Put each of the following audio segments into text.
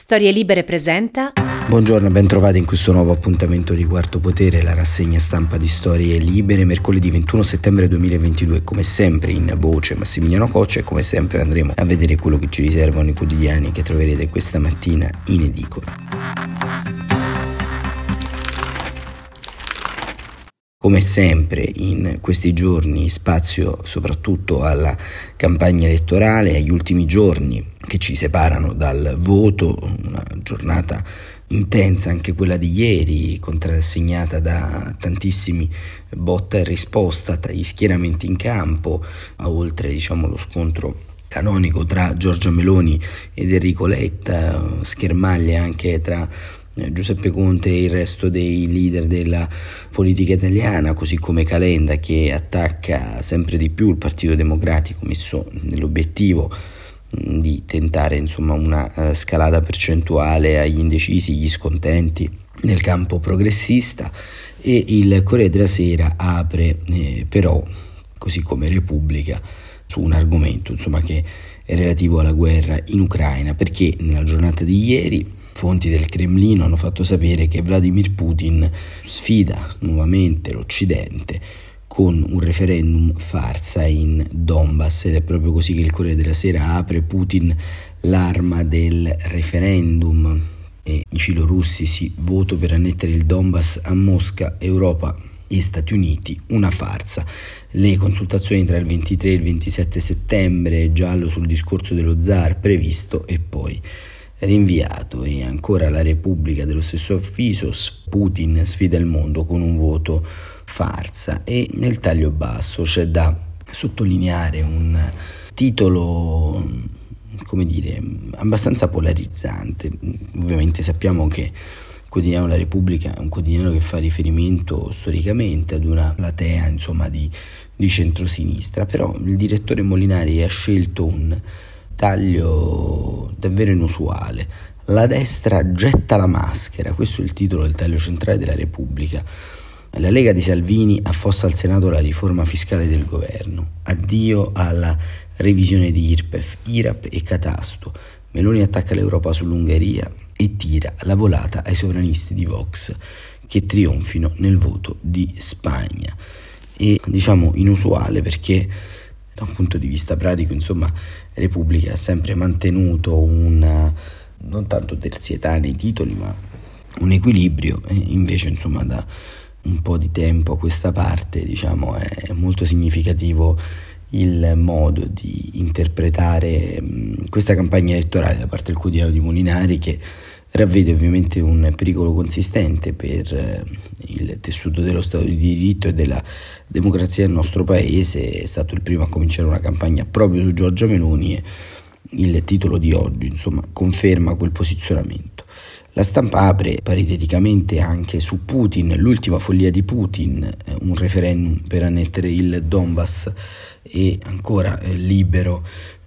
Storie Libere presenta. Buongiorno, ben trovati in questo nuovo appuntamento di Quarto Potere, la rassegna stampa di Storie Libere, mercoledì 21 settembre 2022. Come sempre in voce Massimiliano Coccia e come sempre andremo a vedere quello che ci riservano i quotidiani che troverete questa mattina in edicola. Come sempre in questi giorni spazio soprattutto alla campagna elettorale, agli ultimi giorni che ci separano dal voto, una giornata intensa anche quella di ieri, contrassegnata da tantissimi botta e risposta tra gli schieramenti in campo, oltre lo scontro canonico tra Giorgia Meloni ed Enrico Letta, schermaglie anche tra Giuseppe Conte e il resto dei leader della politica italiana, così come Calenda che attacca sempre di più il Partito Democratico, messo nell'obiettivo di tentare una scalata percentuale agli indecisi, gli scontenti nel campo progressista. E il Corriere della Sera apre però, così come Repubblica, su un argomento che è relativo alla guerra in Ucraina, perché nella giornata di ieri fonti del Cremlino hanno fatto sapere che Vladimir Putin sfida nuovamente l'Occidente con un referendum farsa in Donbass, ed è proprio così che il Corriere della Sera apre: Putin l'arma del referendum, e i filorussi sì, voto per annettere il Donbass a Mosca, Europa e Stati Uniti, una farsa. Le consultazioni tra il 23 e il 27 settembre, giallo sul discorso dello zar previsto e poi rinviato. E ancora la Repubblica dello stesso avviso: Putin sfida il mondo con un voto farsa. E nel taglio basso c'è da sottolineare un titolo abbastanza polarizzante. Ovviamente sappiamo che il quotidiano La Repubblica è un quotidiano che fa riferimento storicamente ad una platea di centrosinistra, però il direttore Molinari ha scelto un taglio davvero inusuale. La destra getta la maschera, questo è il titolo del taglio centrale della Repubblica. La Lega di Salvini affossa al Senato la riforma fiscale del governo, addio alla revisione di IRPEF, IRAP e Catasto. Meloni attacca l'Europa sull'Ungheria e tira la volata ai sovranisti di Vox che trionfino nel voto di Spagna. E inusuale perché da un punto di vista pratico Repubblica ha sempre mantenuto una non tanto terzietà nei titoli ma un equilibrio, e invece da un po' di tempo a questa parte è molto significativo il modo di interpretare questa campagna elettorale da parte del quotidiano di Molinari, che ravvede ovviamente un pericolo consistente per il tessuto dello Stato di diritto e della democrazia del nostro paese. È stato il primo a cominciare una campagna proprio su Giorgia Meloni e il titolo di oggi conferma quel posizionamento. La Stampa apre pariteticamente anche su Putin, l'ultima follia di Putin, un referendum per annettere il Donbass. E ancora Libero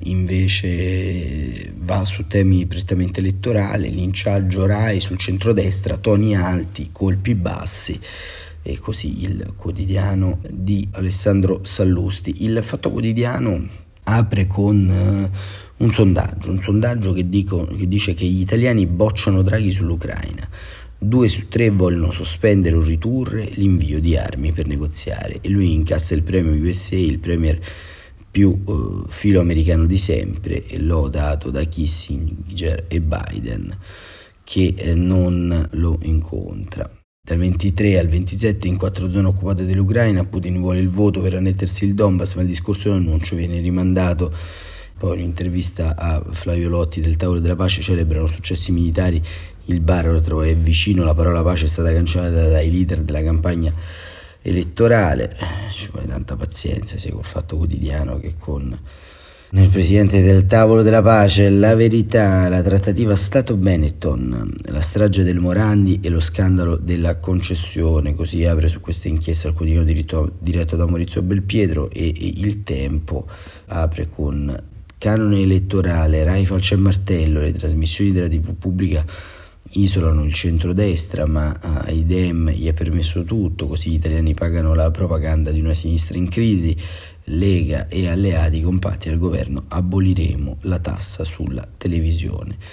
invece va su temi prettamente elettorali: linciaggio Rai sul centrodestra, toni alti, colpi bassi. E così il quotidiano di Alessandro Sallusti. Il Fatto Quotidiano apre con un sondaggio che dice che gli italiani bocciano Draghi sull'Ucraina. 2 su 3 vogliono sospendere o ridurre l'invio di armi per negoziare, e lui incassa il premio USA, il premier più filo-americano di sempre, e lodato da Kissinger e Biden che non lo incontra. Dal 23 al 27 in 4 zone occupate dell'Ucraina Putin vuole il voto per annettersi il Donbass, ma il discorso dell'annuncio viene rimandato. Poi un'intervista a Flavio Lotti del Tavolo della Pace: celebrano successi militari, il baratro è vicino, la parola pace è stata cancellata dai leader della campagna elettorale. Ci vuole tanta pazienza sia col Fatto Quotidiano che con il presidente del Tavolo della Pace. La Verità: la trattativa Stato-Benetton, la strage del Morandi e lo scandalo della concessione. Così apre su questa inchiesta il quotidiano diretto da Maurizio Belpietro. E Il Tempo apre con canone elettorale, Rai falce e martello, le trasmissioni della TV pubblica isolano il centrodestra, ma ai Dem gli è permesso tutto, così gli italiani pagano la propaganda di una sinistra in crisi. Lega e alleati compatti al governo, aboliremo la tassa sulla televisione.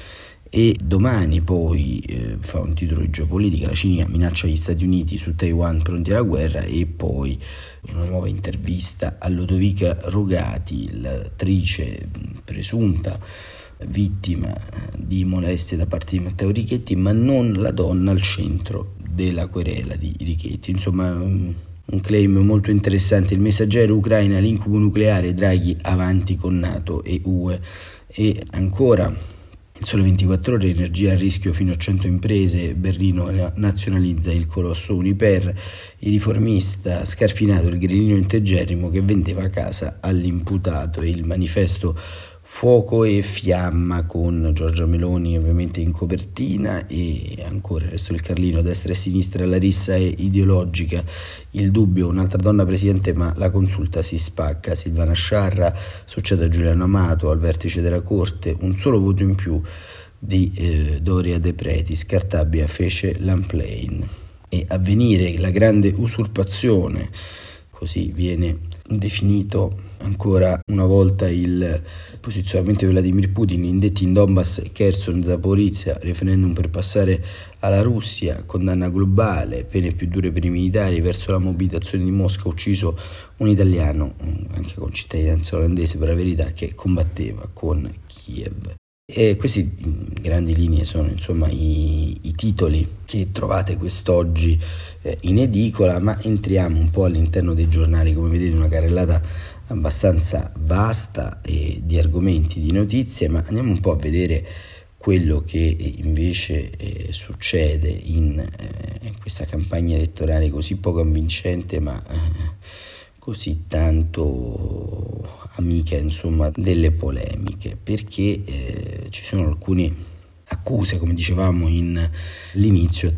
E domani poi fa un titolo di geopolitica, la Cina minaccia gli Stati Uniti su Taiwan pronti alla guerra, e poi una nuova intervista a Lodovica Rogati, l'attrice presunta vittima di molestie da parte di Matteo Richetti, ma non la donna al centro della querela di Richetti. Insomma, un claim molto interessante. Il Messaggero, Ucraina, l'incubo nucleare, Draghi avanti con NATO e UE. E ancora il Sole 24 Ore, energia a rischio fino a 100 imprese, Berlino nazionalizza il colosso Uniper, il Riformista, Scarpinato, il grillino integerrimo che vendeva casa all'imputato, e il Manifesto, fuoco e fiamma con Giorgia Meloni ovviamente in copertina. E ancora il Resto del Carlino, destra e sinistra, la rissa è ideologica, il dubbio, un'altra donna presidente ma la consulta si spacca, Silvana Sciarra, succede a Giuliano Amato al vertice della Corte, un solo voto in più di Doria De Preti, Scartabia fece l'unplane. E Avvenire, la grande usurpazione, così viene definito ancora una volta il posizionamento di Vladimir Putin, indetti in Donbass, Kherson, Zaporizia, referendum per passare alla Russia, condanna globale, pene più dure per i militari, verso la mobilitazione di Mosca, ucciso un italiano, anche con cittadinanza olandese per la verità, che combatteva con Kiev. E questi in grandi linee sono insomma i titoli che trovate quest'oggi in edicola, ma entriamo un po' all'interno dei giornali. Come vedete, una carrellata abbastanza vasta di argomenti, di notizie, ma andiamo un po' a vedere quello che invece succede in questa campagna elettorale così poco avvincente, ma così tanto amica insomma delle polemiche, perché ci sono alcune accuse, come dicevamo all'inizio,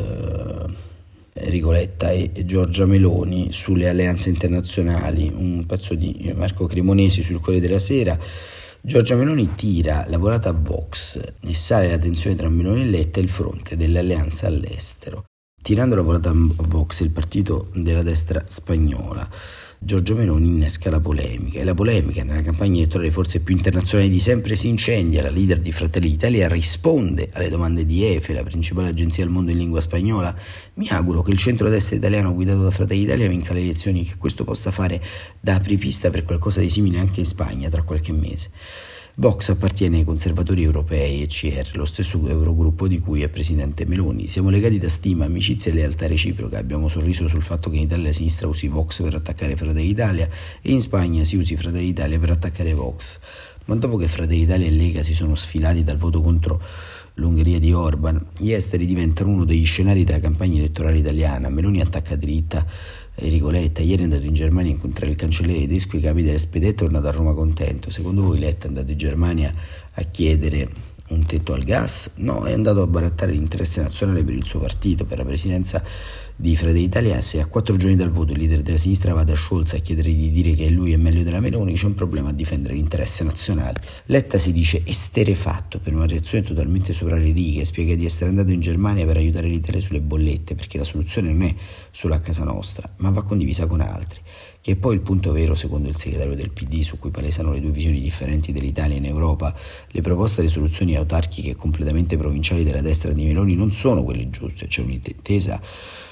tra Enrico Letta e Giorgia Meloni sulle alleanze internazionali. Un pezzo di Marco Cremonesi sul Corriere della Sera. Giorgia Meloni tira la volata a Vox e sale la tensione tra Meloni e Letta, il fronte dell'alleanza all'estero. Tirando la volata a Vox, il partito della destra spagnola, Giorgia Meloni innesca la polemica, e la polemica nella campagna elettorale forse più internazionale di sempre si incendia. La leader di Fratelli d'Italia risponde alle domande di EFE, la principale agenzia al mondo in lingua spagnola. Mi auguro che il centrodestra italiano guidato da Fratelli d'Italia vinca le elezioni, che questo possa fare da apripista per qualcosa di simile anche in Spagna tra qualche mese. Vox appartiene ai conservatori europei e CR, lo stesso Eurogruppo di cui è presidente Meloni. Siamo legati da stima, amicizia e lealtà reciproca. Abbiamo sorriso sul fatto che in Italia la sinistra usi Vox per attaccare Fratelli d'Italia e in Spagna si usi Fratelli d'Italia per attaccare Vox. Ma dopo che Fratelli d'Italia e Lega si sono sfilati dal voto contro l'Ungheria di Orban, gli esteri diventano uno degli scenari della campagna elettorale italiana. Meloni attacca dritta Enrico Letta. Ieri è andato in Germania a incontrare il cancelliere tedesco e i capi delle SPD, è tornato a Roma contento. Secondo voi Letta è andato in Germania a chiedere un tetto al gas? No, è andato a barattare l'interesse nazionale per il suo partito, per la presidenza di Fratelli d'Italia. Se a 4 giorni dal voto il leader della sinistra va da Scholz a chiedere di dire che lui è meglio della Meloni, c'è un problema a difendere l'interesse nazionale. Letta si dice esterefatto per una reazione totalmente sopra le righe, spiega di essere andato in Germania per aiutare l'Italia sulle bollette, perché la soluzione non è solo a casa nostra, ma va condivisa con altri. Che è poi il punto vero, secondo il segretario del PD, su cui palesano le due visioni differenti dell'Italia in Europa. Le proposte e le soluzioni autarchiche e completamente provinciali della destra di Meloni non sono quelle giuste. C'è un'intesa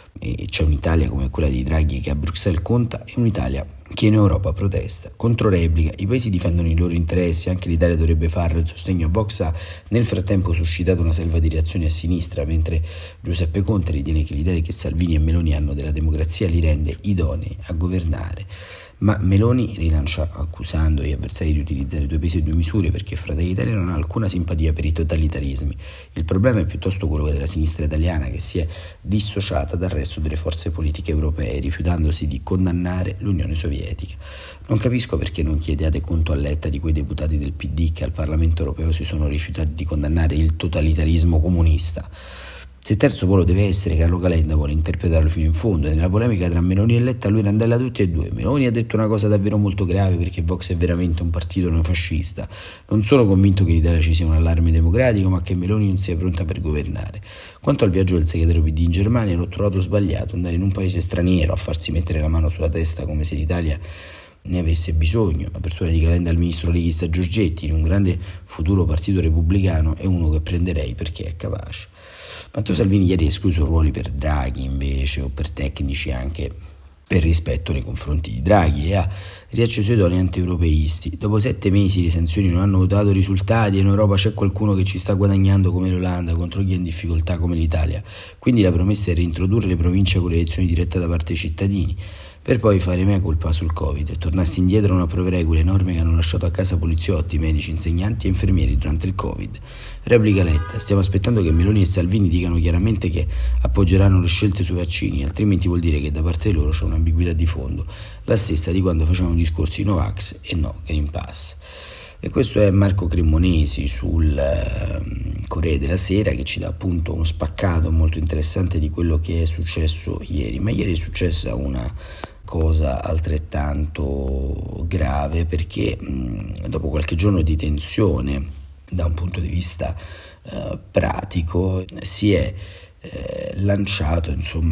e c'è un'Italia come quella di Draghi che a Bruxelles conta e un'Italia che in Europa protesta. Controreplica, i paesi difendono i loro interessi, anche l'Italia dovrebbe farlo. Il sostegno a Vox ha nel frattempo suscitato una selva di reazioni a sinistra, mentre Giuseppe Conte ritiene che l'idea che Salvini e Meloni hanno della democrazia li rende idonei a governare. Ma Meloni rilancia accusando gli avversari di utilizzare due pesi e due misure, perché Fratelli d'Italia non ha alcuna simpatia per i totalitarismi. Il problema è piuttosto quello della sinistra italiana, che si è dissociata dal resto delle forze politiche europee, rifiutandosi di condannare l'Unione Sovietica. Non capisco perché non chiediate conto a Letta di quei deputati del PD che al Parlamento europeo si sono rifiutati di condannare il totalitarismo comunista. Se terzo polo deve essere, Carlo Calenda vuole interpretarlo fino in fondo, e nella polemica tra Meloni e Letta lui randella tutti e due. Meloni ha detto una cosa davvero molto grave, perché Vox è veramente un partito neofascista. Non sono convinto che in Italia ci sia un allarme democratico, ma che Meloni non sia pronta per governare. Quanto al viaggio del segretario PD in Germania, l'ho trovato sbagliato. Andare in un paese straniero a farsi mettere la mano sulla testa come se l'Italia ne avesse bisogno. L'apertura di Calenda al ministro leghista Giorgetti in un grande futuro partito repubblicano è uno che prenderei perché è capace. Matteo Salvini ieri ha escluso ruoli per Draghi invece, o per tecnici anche per rispetto nei confronti di Draghi, e ha riacceso i toni anti-europeisti. Dopo 7 mesi le sanzioni non hanno dato risultati e in Europa c'è qualcuno che ci sta guadagnando come l'Olanda contro chi è in difficoltà come l'Italia. Quindi la promessa è reintrodurre le province con le elezioni dirette da parte dei cittadini, per poi fare mea colpa sul Covid e tornarsi indietro non approverei quelle norme che hanno lasciato a casa poliziotti, medici, insegnanti e infermieri durante il Covid. Replica Letta: stiamo aspettando che Meloni e Salvini dicano chiaramente che appoggeranno le scelte sui vaccini, altrimenti vuol dire che da parte loro c'è un'ambiguità di fondo, la stessa di quando facevano discorsi Novax e no Green Pass. E questo è Marco Cremonesi sul Corriere della Sera, che ci dà appunto uno spaccato molto interessante di quello che è successo ieri. Ma ieri è successa una cosa altrettanto grave, perché dopo qualche giorno di tensione da un punto di vista pratico si è lanciato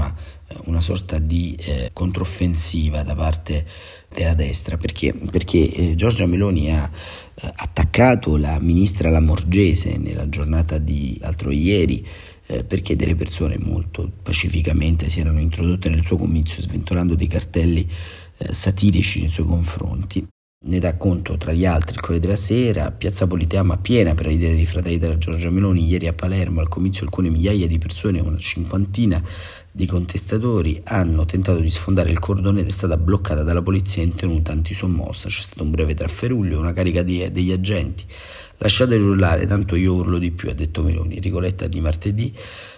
una sorta di controffensiva da parte della destra, perché Giorgia Meloni ha attaccato la ministra Lamorgese nella giornata di l'altro ieri, perché delle persone molto pacificamente si erano introdotte nel suo comizio sventolando dei cartelli satirici nei suoi confronti. Ne dà conto tra gli altri il Corriere della Sera: Piazza Politeama piena per l'idea di Fratelli della Giorgia Meloni. Ieri a Palermo al comizio alcune migliaia di persone, una cinquantina di contestatori, hanno tentato di sfondare il cordone ed è stata bloccata dalla polizia in tenuta antisommossa. C'è stato un breve trafferuglio e una carica degli agenti. Lasciateli urlare, tanto io urlo di più, ha detto Meloni. Enrico Letta di martedì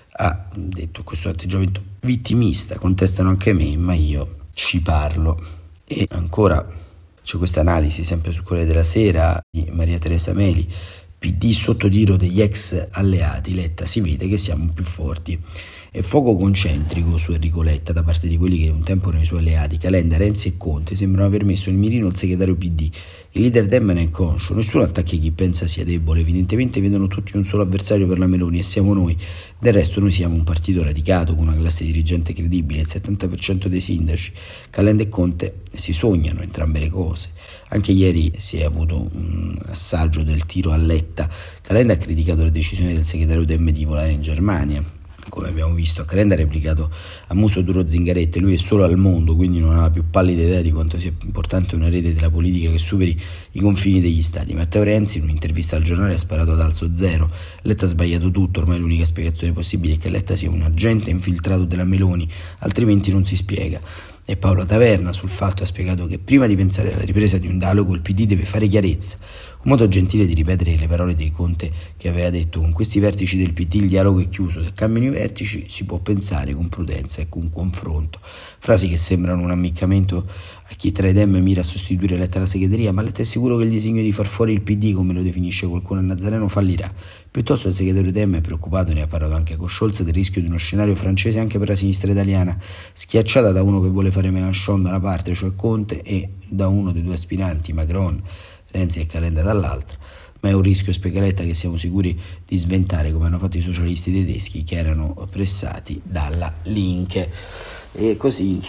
ha detto: questo atteggiamento vittimista, contestano anche me, ma io ci parlo. E ancora c'è questa analisi sempre sul Corriere della Sera di Maria Teresa Meli: PD sotto tiro degli ex alleati, Letta si vede che siamo più forti. E fuoco concentrico su Enrico Letta da parte di quelli che un tempo erano i suoi alleati. Calenda, Renzi e Conte sembrano aver messo nel mirino il segretario PD. Il leader Dem ne è conscio, nessuno attacca chi pensa sia debole, evidentemente vedono tutti un solo avversario per la Meloni e siamo noi. Del resto noi siamo un partito radicato con una classe dirigente credibile, il 70% dei sindaci. Calenda e Conte si sognano entrambe le cose. Anche ieri si è avuto un assaggio del tiro a Letta. Calenda ha criticato la decisione del segretario Dem di volare in Germania. Come abbiamo visto, a Calenda ha replicato a muso duro Zingaretti: lui è solo al mondo, quindi non ha la più pallida idea di quanto sia importante una rete della politica che superi i confini degli stati. Matteo Renzi in un'intervista al giornale ha sparato ad alzo zero: Letta ha sbagliato tutto, ormai l'unica spiegazione possibile è che Letta sia un agente infiltrato della Meloni, altrimenti non si spiega. E Paolo Taverna sul Fatto ha spiegato che prima di pensare alla ripresa di un dialogo il PD deve fare chiarezza. Un modo gentile di ripetere le parole di Conte, che aveva detto: con questi vertici del PD il dialogo è chiuso, se cambiano i vertici si può pensare con prudenza e con confronto. Frasi che sembrano un ammiccamento a chi tra i Dem mira a sostituire Letta alla segreteria, ma Letta è sicuro che il disegno di far fuori il PD, come lo definisce qualcuno a Nazareno, fallirà. Piuttosto il segretario Dem è preoccupato, ne ha parlato anche con Scholz, del rischio di uno scenario francese anche per la sinistra italiana, schiacciata da uno che vuole fare Mélenchon da una parte, cioè Conte, e da uno dei due aspiranti, Macron, Renzi e Calenda dall'altra. Ma è un rischio, spiega Letta, che siamo sicuri di sventare, come hanno fatto i socialisti tedeschi che erano pressati dalla Linke. E così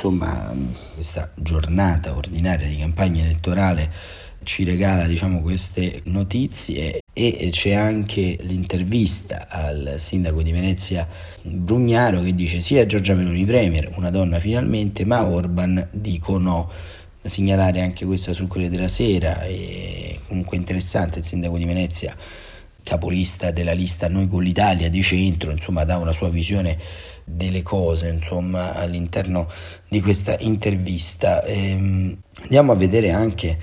questa giornata ordinaria di campagna elettorale ci regala queste notizie, e c'è anche l'intervista al sindaco di Venezia Brugnaro, che dice: sì a Giorgia Meloni premier, una donna finalmente, ma a Orban dico no. Da segnalare anche questa sul Corriere della Sera. E comunque interessante, il sindaco di Venezia, capolista della lista Noi con l'Italia di centro, dà una sua visione delle cose all'interno di questa intervista. Andiamo a vedere anche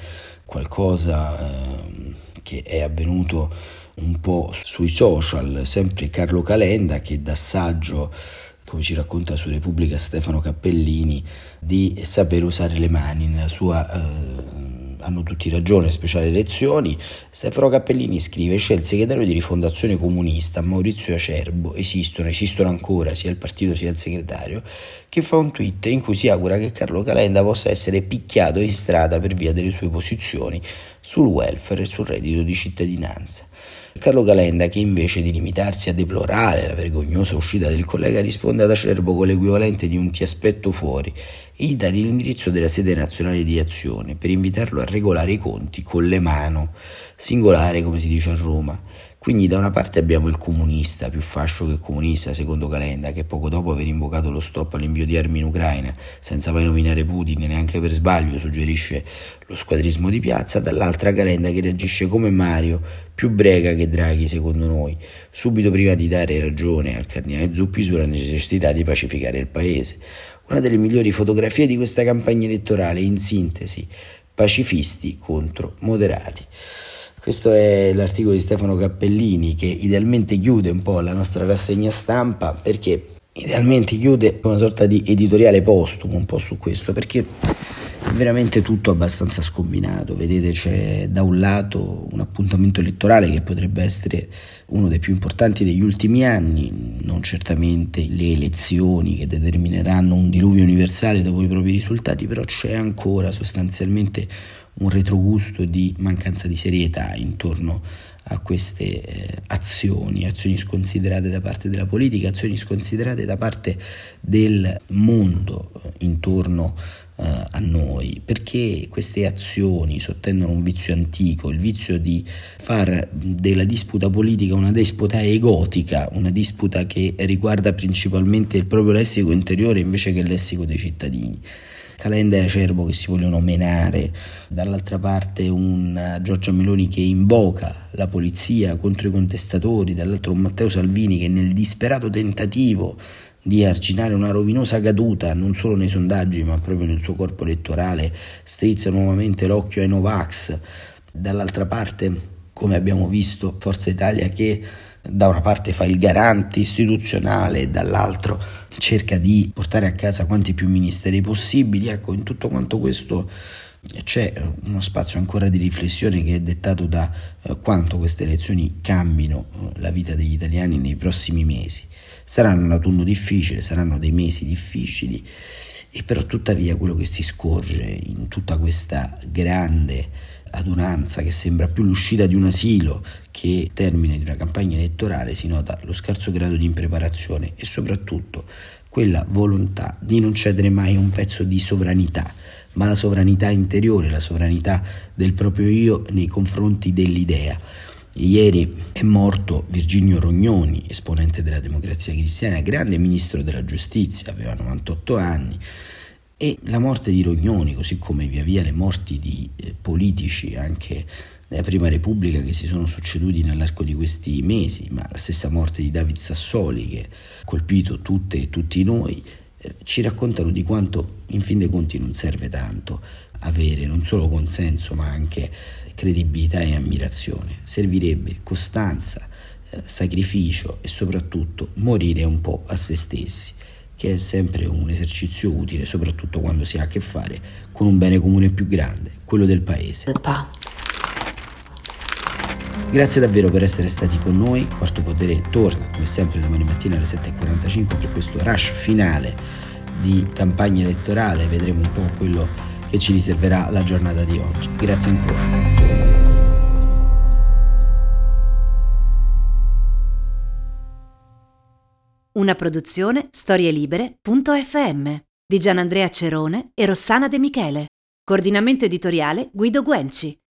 qualcosa che è avvenuto un po' sui social. Sempre Carlo Calenda, che dà saggio, come ci racconta su Repubblica Stefano Cappellini, di saper usare le mani. Nella sua hanno tutti ragione, speciali elezioni. Stefano Cappellini scrive: c'è il segretario di Rifondazione Comunista Maurizio Acerbo, esistono ancora sia il partito sia il segretario, che fa un tweet in cui si augura che Carlo Calenda possa essere picchiato in strada per via delle sue posizioni sul welfare e sul reddito di cittadinanza. Carlo Calenda, che invece di limitarsi a deplorare la vergognosa uscita del collega, risponde ad Acerbo con l'equivalente di un ti aspetto fuori e gli dà l'indirizzo della sede nazionale di Azione per invitarlo a regolare i conti con le mano, singolare come si dice a Roma. Quindi da una parte abbiamo il comunista, più fascio che comunista secondo Calenda, che poco dopo aver invocato lo stop all'invio di armi in Ucraina, senza mai nominare Putin neanche per sbaglio, suggerisce lo squadrismo di piazza, dall'altra Calenda che reagisce come Mario, più brega che Draghi secondo noi, subito prima di dare ragione al cardinale Zuppi sulla necessità di pacificare il paese. Una delle migliori fotografie di questa campagna elettorale, in sintesi, pacifisti contro moderati. Questo è l'articolo di Stefano Cappellini, che idealmente chiude un po' la nostra rassegna stampa, perché idealmente chiude una sorta di editoriale postumo un po' su questo, perché è veramente tutto abbastanza scombinato. Vedete, c'è da un lato un appuntamento elettorale che potrebbe essere uno dei più importanti degli ultimi anni, non certamente le elezioni che determineranno un diluvio universale dopo i propri risultati, però c'è ancora sostanzialmente un retrogusto di mancanza di serietà intorno a queste azioni sconsiderate da parte della politica, azioni sconsiderate da parte del mondo intorno a noi, perché queste azioni sottendono un vizio antico, il vizio di far della disputa politica una disputa egotica, una disputa che riguarda principalmente il proprio lessico interiore invece che il lessico dei cittadini. Calenda e Acerbo che si vogliono menare, dall'altra parte un Giorgia Meloni che invoca la polizia contro i contestatori, dall'altro un Matteo Salvini che nel disperato tentativo di arginare una rovinosa caduta non solo nei sondaggi ma proprio nel suo corpo elettorale strizza nuovamente l'occhio ai Novax. Dall'altra parte, come abbiamo visto, Forza Italia che da una parte fa il garante istituzionale e dall'altro cerca di portare a casa quanti più ministeri possibili. Ecco, in tutto quanto questo c'è uno spazio ancora di riflessione che è dettato da quanto queste elezioni cambino la vita degli italiani nei prossimi mesi. Sarà un autunno difficile, saranno dei mesi difficili, e però tuttavia quello che si scorge in tutta questa grande adunanza che sembra più l'uscita di un asilo che il termine di una campagna elettorale, si nota lo scarso grado di impreparazione e soprattutto quella volontà di non cedere mai un pezzo di sovranità, ma la sovranità interiore, la sovranità del proprio io nei confronti dell'idea. Ieri è morto Virginio Rognoni, esponente della Democrazia Cristiana, grande ministro della giustizia, aveva 98 anni, e la morte di Rognoni, così come via via le morti di politici anche della Prima Repubblica che si sono succeduti nell'arco di questi mesi, ma la stessa morte di David Sassoli che ha colpito tutte e tutti noi, ci raccontano di quanto in fin dei conti non serve tanto avere non solo consenso ma anche credibilità e ammirazione. Servirebbe costanza, sacrificio e soprattutto morire un po' a se stessi, che è sempre un esercizio utile, soprattutto quando si ha a che fare con un bene comune più grande, quello del paese. Grazie davvero per essere stati con noi. Quarto Potere torna come sempre domani mattina alle 7:45 per questo rush finale di campagna elettorale. Vedremo un po' quello che ci riserverà la giornata di oggi. Grazie ancora. Una produzione storielibere.fm di Gianandrea Cerone e Rossana De Michele. Coordinamento editoriale Guido Guenci.